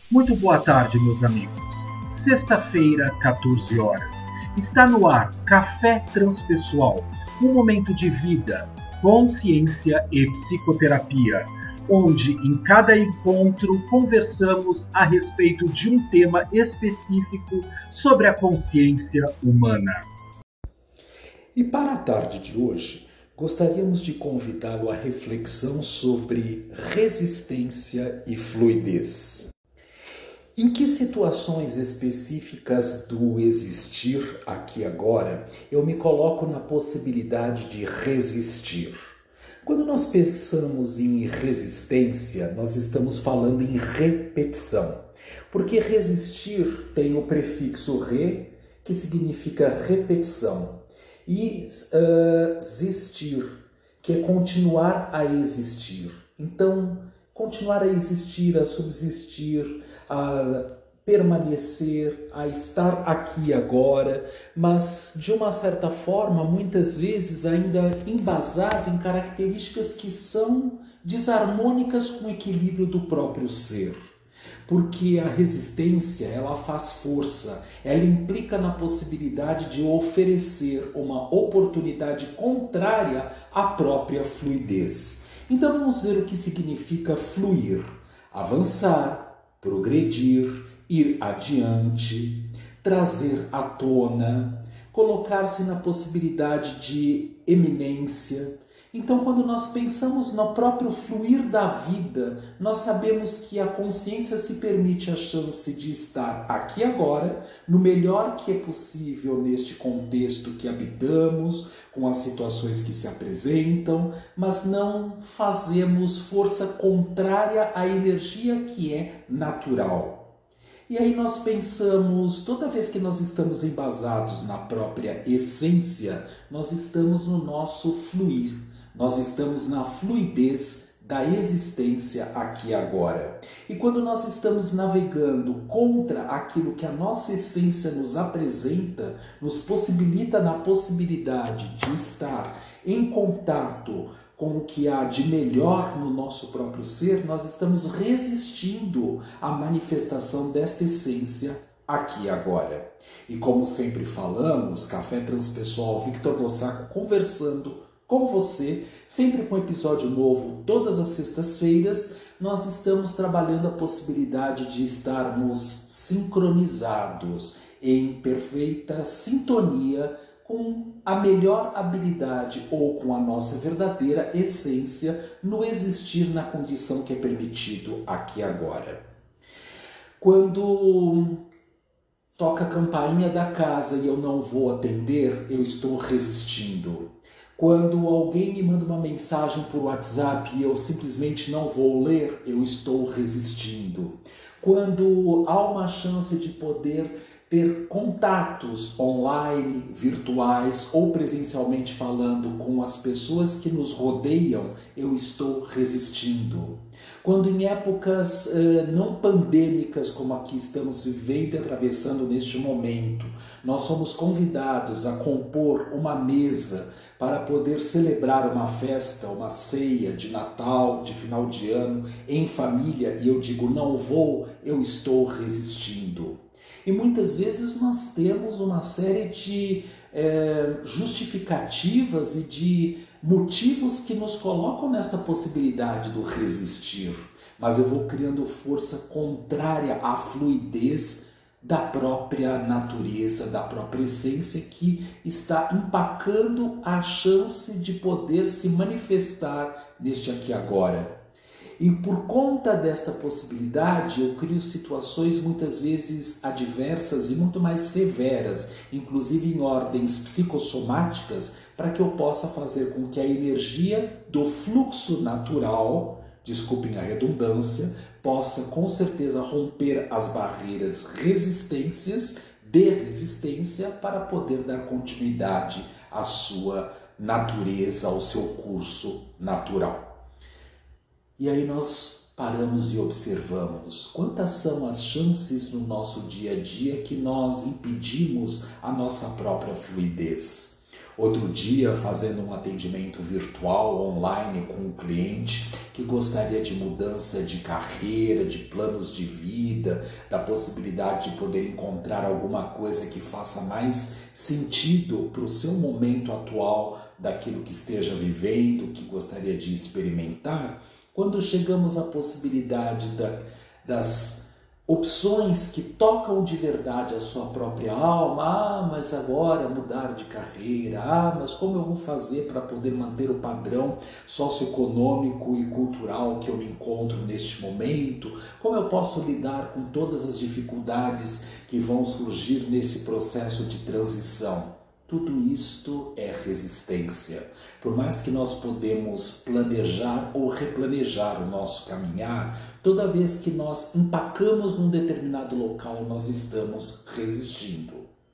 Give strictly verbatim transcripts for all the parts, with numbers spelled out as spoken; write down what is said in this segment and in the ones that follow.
Muito boa tarde, meus amigos. Sexta-feira, quatorze horas. Está no ar Café Transpessoal, um momento de vida, consciência e psicoterapia, onde em cada encontro conversamos a respeito de um tema específico sobre a consciência humana. E para a tarde de hoje, gostaríamos de convidá-lo à reflexão sobre resistência e fluidez. Em que situações específicas do existir aqui agora eu me coloco na possibilidade de resistir? Quando nós pensamos em resistência, nós estamos falando em repetição, porque resistir tem o prefixo re, que significa repetição, e uh, existir, que é continuar a existir. Então, continuar a existir, a subsistir, a permanecer, a estar aqui agora, mas de uma certa forma, muitas vezes ainda embasado em características que são desarmônicas com o equilíbrio do próprio ser. Porque a resistência, ela faz força, ela implica na possibilidade de oferecer uma oportunidade contrária à própria fluidez. Então vamos ver o que significa fluir, avançar, progredir, ir adiante, trazer à tona, colocar-se na possibilidade de eminência. Então, quando nós pensamos no próprio fluir da vida, nós sabemos que a consciência se permite a chance de estar aqui agora, no melhor que é possível neste contexto que habitamos, com as situações que se apresentam, mas não fazemos força contrária à energia que é natural. E aí nós pensamos, toda vez que nós estamos embasados na própria essência, nós estamos no nosso fluir. Nós estamos na fluidez da existência aqui e agora. E quando nós estamos navegando contra aquilo que a nossa essência nos apresenta, nos possibilita na possibilidade de estar em contato com o que há de melhor no nosso próprio ser, nós estamos resistindo à manifestação desta essência aqui e agora. E como sempre falamos, Café Transpessoal, Victor Lossaco conversando com você, sempre com episódio novo todas as sextas-feiras, nós estamos trabalhando a possibilidade de estarmos sincronizados, em perfeita sintonia com a melhor habilidade ou com a nossa verdadeira essência no existir na condição que é permitido aqui agora. Quando toca a campainha da casa e eu não vou atender, eu estou resistindo. Quando alguém me manda uma mensagem por WhatsApp e eu simplesmente não vou ler, eu estou resistindo. Quando há uma chance de poder ter contatos online, virtuais ou presencialmente falando com as pessoas que nos rodeiam, eu estou resistindo. Quando em épocas eh, não pandêmicas como a que estamos vivendo e atravessando neste momento, nós somos convidados a compor uma mesa para poder celebrar uma festa, uma ceia de Natal, de final de ano, em família, e eu digo não vou, eu estou resistindo. E muitas vezes nós temos uma série de é, justificativas e de motivos que nos colocam nesta possibilidade do resistir. Mas eu vou criando força contrária à fluidez da própria natureza, da própria essência que está empacando a chance de poder se manifestar neste aqui agora. E por conta desta possibilidade, eu crio situações muitas vezes adversas e muito mais severas, inclusive em ordens psicossomáticas, para que eu possa fazer com que a energia do fluxo natural, desculpem a redundância, possa com certeza romper as barreiras resistências de resistência para poder dar continuidade à sua natureza, ao seu curso natural. E aí nós paramos e observamos quantas são as chances no nosso dia a dia que nós impedimos a nossa própria fluidez. Outro dia, fazendo um atendimento virtual online com um cliente que gostaria de mudança de carreira, de planos de vida, da possibilidade de poder encontrar alguma coisa que faça mais sentido para o seu momento atual, daquilo que esteja vivendo, que gostaria de experimentar. Quando chegamos à possibilidade da, das opções que tocam de verdade a sua própria alma, ah, mas agora mudar de carreira, ah, mas como eu vou fazer para poder manter o padrão socioeconômico e cultural que eu me encontro neste momento, como eu posso lidar com todas as dificuldades que vão surgir nesse processo de transição. Tudo isto é resistência. Por mais que nós podemos planejar ou replanejar o nosso caminhar, toda vez que nós empacamos num determinado local, nós estamos resistindo.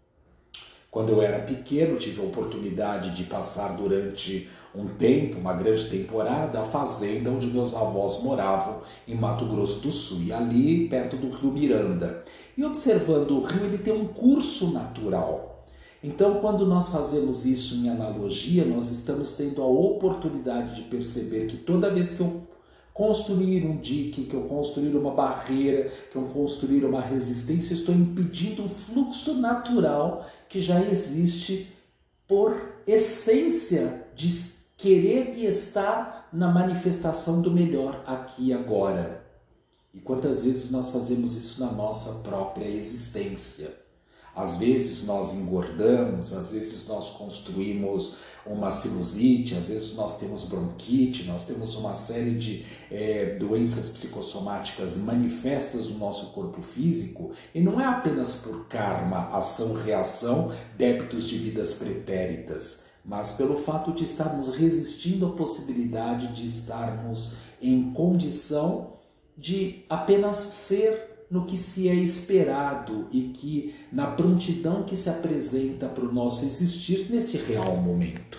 Quando eu era pequeno, tive a oportunidade de passar durante um tempo, uma grande temporada, a fazenda onde meus avós moravam, em Mato Grosso do Sul, e ali perto do rio Miranda. E observando o rio, ele tem um curso natural. Então, quando nós fazemos isso em analogia, nós estamos tendo a oportunidade de perceber que toda vez que eu construir um dique, que eu construir uma barreira, que eu construir uma resistência, eu estou impedindo o fluxo natural que já existe por essência de querer e estar na manifestação do melhor aqui e agora. E quantas vezes nós fazemos isso na nossa própria existência? Às vezes nós engordamos, às vezes nós construímos uma sinusite, às vezes nós temos bronquite, nós temos uma série de é, doenças psicossomáticas manifestas no nosso corpo físico, e não é apenas por karma, ação, reação, débitos de vidas pretéritas, mas pelo fato de estarmos resistindo à possibilidade de estarmos em condição de apenas ser no que se é esperado e que na prontidão que se apresenta para o nosso existir nesse real momento.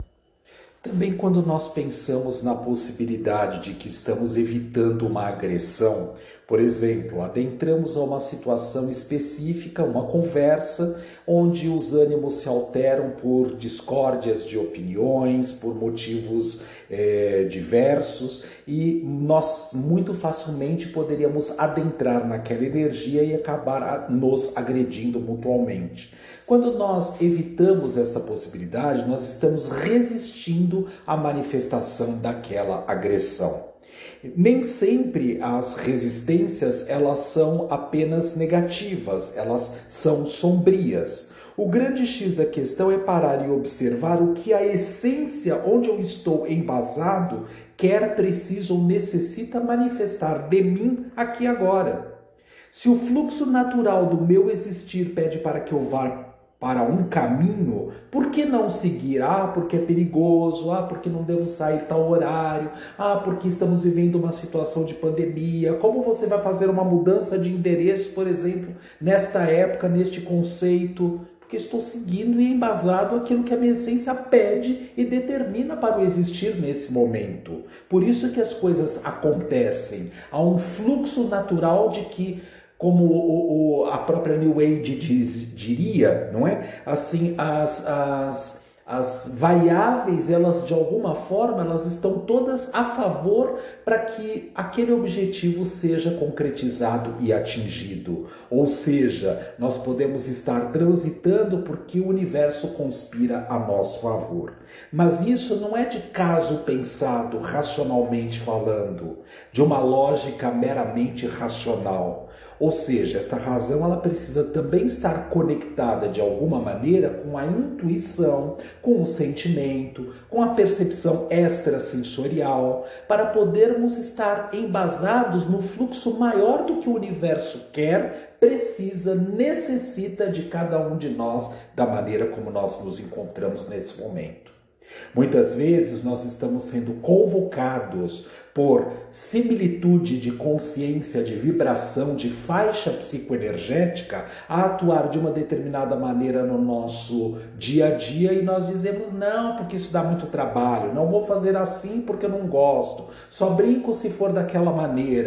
Também quando nós pensamos na possibilidade de que estamos evitando uma agressão, por exemplo, adentramos a uma situação específica, uma conversa, onde os ânimos se alteram por discórdias de opiniões, por motivos é, diversos, e nós muito facilmente poderíamos adentrar naquela energia e acabar nos agredindo mutualmente. Quando nós evitamos esta possibilidade, nós estamos resistindo à manifestação daquela agressão. Nem sempre as resistências elas são apenas negativas, elas são sombrias. O grande X da questão é parar e observar o que a essência onde eu estou embasado quer, precisa ou necessita manifestar de mim aqui agora. Se o fluxo natural do meu existir pede para que eu vá para um caminho, por que não seguir? Ah, porque é perigoso, ah, porque não devo sair tal horário, ah, porque estamos vivendo uma situação de pandemia. Como você vai fazer uma mudança de endereço, por exemplo, nesta época, neste conceito? Porque estou seguindo e embasado aquilo que a minha essência pede e determina para o existir nesse momento. Por isso que as coisas acontecem. Há um fluxo natural de que, como o, o, a própria New Age diz, diria, não é? Assim, as, as, as variáveis, elas de alguma forma, elas estão todas a favor para que aquele objetivo seja concretizado e atingido. Ou seja, nós podemos estar transitando porque o universo conspira a nosso favor. Mas isso não é de caso pensado, racionalmente falando, de uma lógica meramente racional. Ou seja, esta razão ela precisa também estar conectada de alguma maneira com a intuição, com o sentimento, com a percepção extrasensorial, para podermos estar embasados no fluxo maior do que o universo quer, precisa, necessita de cada um de nós, da maneira como nós nos encontramos nesse momento. Muitas vezes nós estamos sendo convocados por similitude de consciência, de vibração, de faixa psicoenergética a atuar de uma determinada maneira no nosso dia a dia e nós dizemos não, porque isso dá muito trabalho, não vou fazer assim porque eu não gosto, só brinco se for daquela maneira.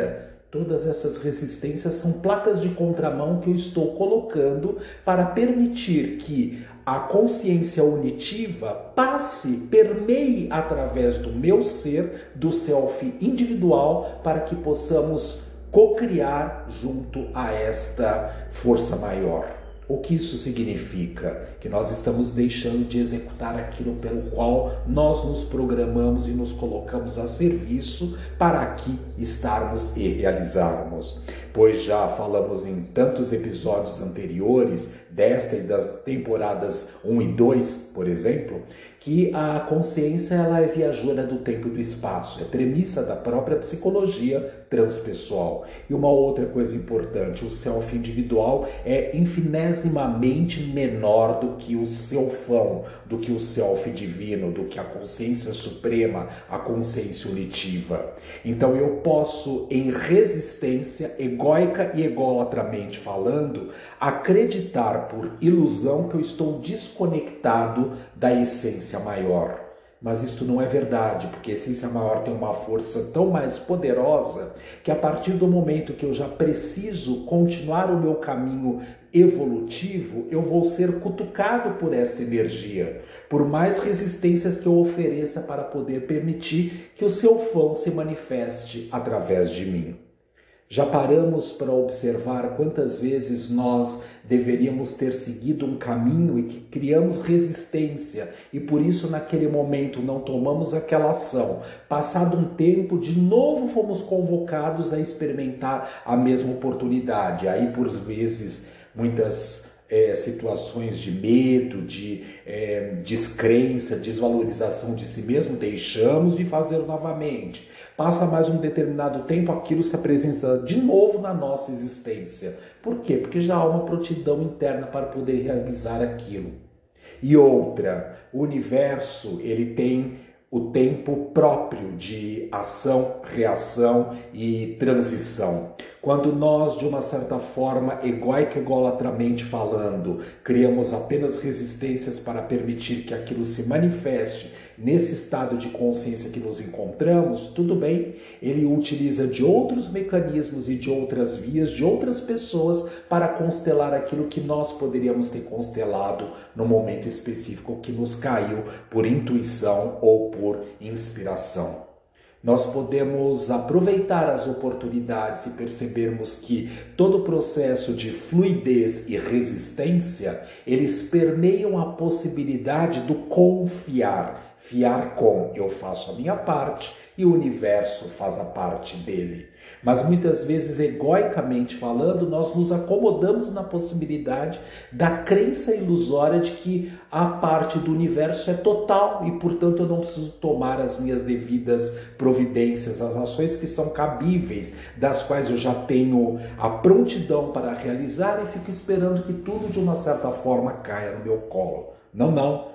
Todas essas resistências são placas de contramão que eu estou colocando para permitir que a consciência unitiva passe, permeie através do meu ser, do self individual, para que possamos co-criar junto a esta força maior. O que isso significa? Que nós estamos deixando de executar aquilo pelo qual nós nos programamos e nos colocamos a serviço para aqui estarmos e realizarmos. Pois já falamos em tantos episódios anteriores, desta e das temporadas um e dois, por exemplo, que a consciência ela é viajora do tempo e do espaço, é premissa da própria psicologia transpessoal. E uma outra coisa importante, o self individual é infinesimamente menor do que o selfão, do que o self divino, do que a consciência suprema, a consciência unitiva. Então eu posso, em resistência egóica e ególatramente falando, acreditar por ilusão que eu estou desconectado da essência maior. Mas isto não é verdade, porque a essência maior tem uma força tão mais poderosa que a partir do momento que eu já preciso continuar o meu caminho evolutivo, eu vou ser cutucado por esta energia, por mais resistências que eu ofereça para poder permitir que o seu fão se manifeste através de mim. Já paramos para observar quantas vezes nós deveríamos ter seguido um caminho e que criamos resistência e por isso naquele momento não tomamos aquela ação. Passado um tempo, de novo fomos convocados a experimentar a mesma oportunidade. Aí por vezes muitas é, situações de medo, de é, descrença, desvalorização de si mesmo, deixamos de fazer novamente. Passa mais um determinado tempo, aquilo se apresenta de novo na nossa existência. Por quê? Porque já há uma prontidão interna para poder realizar aquilo. E outra, o universo ele tem o tempo próprio de ação, reação e transição. Quando nós, de uma certa forma, egóica e egolatramente falando, criamos apenas resistências para permitir que aquilo se manifeste nesse estado de consciência que nos encontramos, tudo bem, ele utiliza de outros mecanismos e de outras vias, de outras pessoas para constelar aquilo que nós poderíamos ter constelado no momento específico que nos caiu por intuição ou por inspiração. Nós podemos aproveitar as oportunidades e percebermos que todo o processo de fluidez e resistência, eles permeiam a possibilidade do confiar. Fiar com, eu faço a minha parte e o universo faz a parte dele. Mas muitas vezes, egoicamente falando, nós nos acomodamos na possibilidade da crença ilusória de que a parte do universo é total e, portanto, eu não preciso tomar as minhas devidas providências, as ações que são cabíveis, das quais eu já tenho a prontidão para realizar e fico esperando que tudo, de uma certa forma, caia no meu colo. Não, não.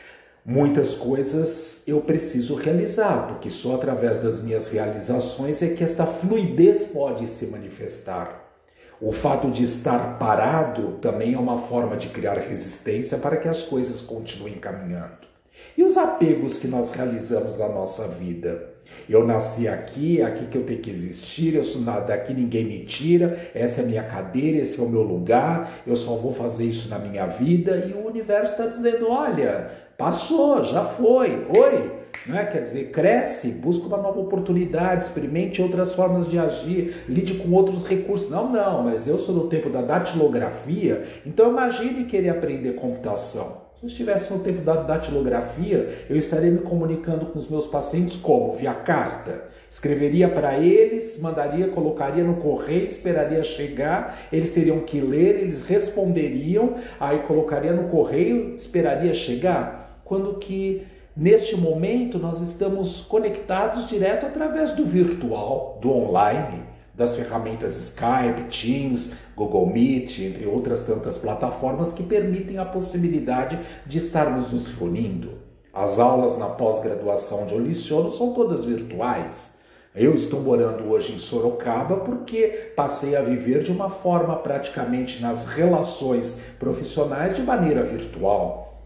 Muitas coisas eu preciso realizar, porque só através das minhas realizações é que esta fluidez pode se manifestar. O fato de estar parado também é uma forma de criar resistência para que as coisas continuem caminhando. E os apegos que nós realizamos na nossa vida? Eu nasci aqui, é aqui que eu tenho que existir, eu sou nada, daqui ninguém me tira, essa é a minha cadeira, esse é o meu lugar, eu só vou fazer isso na minha vida, e o universo está dizendo, olha, passou, já foi, oi, não é? Quer dizer, cresce, busca uma nova oportunidade, experimente outras formas de agir, lide com outros recursos. Não, não, mas eu sou no tempo da datilografia, então imagine querer aprender computação. Se eu estivesse no tempo da datilografia, eu estaria me comunicando com os meus pacientes como? Via carta. Escreveria para eles, mandaria, colocaria no correio, esperaria chegar, eles teriam que ler, eles responderiam, aí colocaria no correio, esperaria chegar. Quando que, neste momento, nós estamos conectados direto através do virtual, do online, das ferramentas Skype, Teams, Google Meet, entre outras tantas plataformas que permitem a possibilidade de estarmos nos reunindo. As aulas na pós-graduação onde eu leciono são todas virtuais. Eu estou morando hoje em Sorocaba porque passei a viver de uma forma praticamente nas relações profissionais de maneira virtual.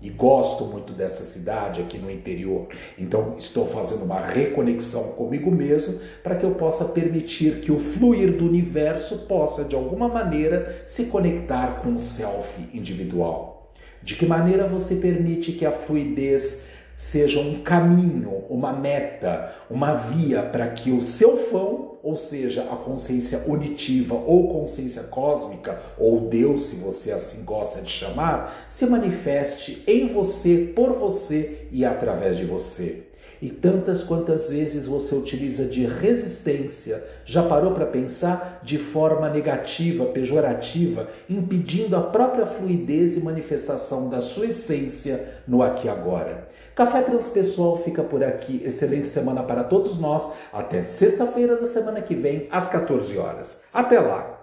e gosto muito dessa cidade aqui no interior. Então estou fazendo uma reconexão comigo mesmo para que eu possa permitir que o fluir do universo possa de alguma maneira se conectar com o self individual. De que maneira você permite que a fluidez seja um caminho, uma meta, uma via para que o seu fão, ou seja, a consciência unitiva ou consciência cósmica, ou Deus, se você assim gosta de chamar, se manifeste em você, por você e através de você. E tantas quantas vezes você utiliza de resistência, já parou para pensar, de forma negativa, pejorativa, impedindo a própria fluidez e manifestação da sua essência no aqui e agora. Café Transpessoal fica por aqui. Excelente semana para todos nós. Até sexta-feira da semana que vem, às quatorze horas. Até lá!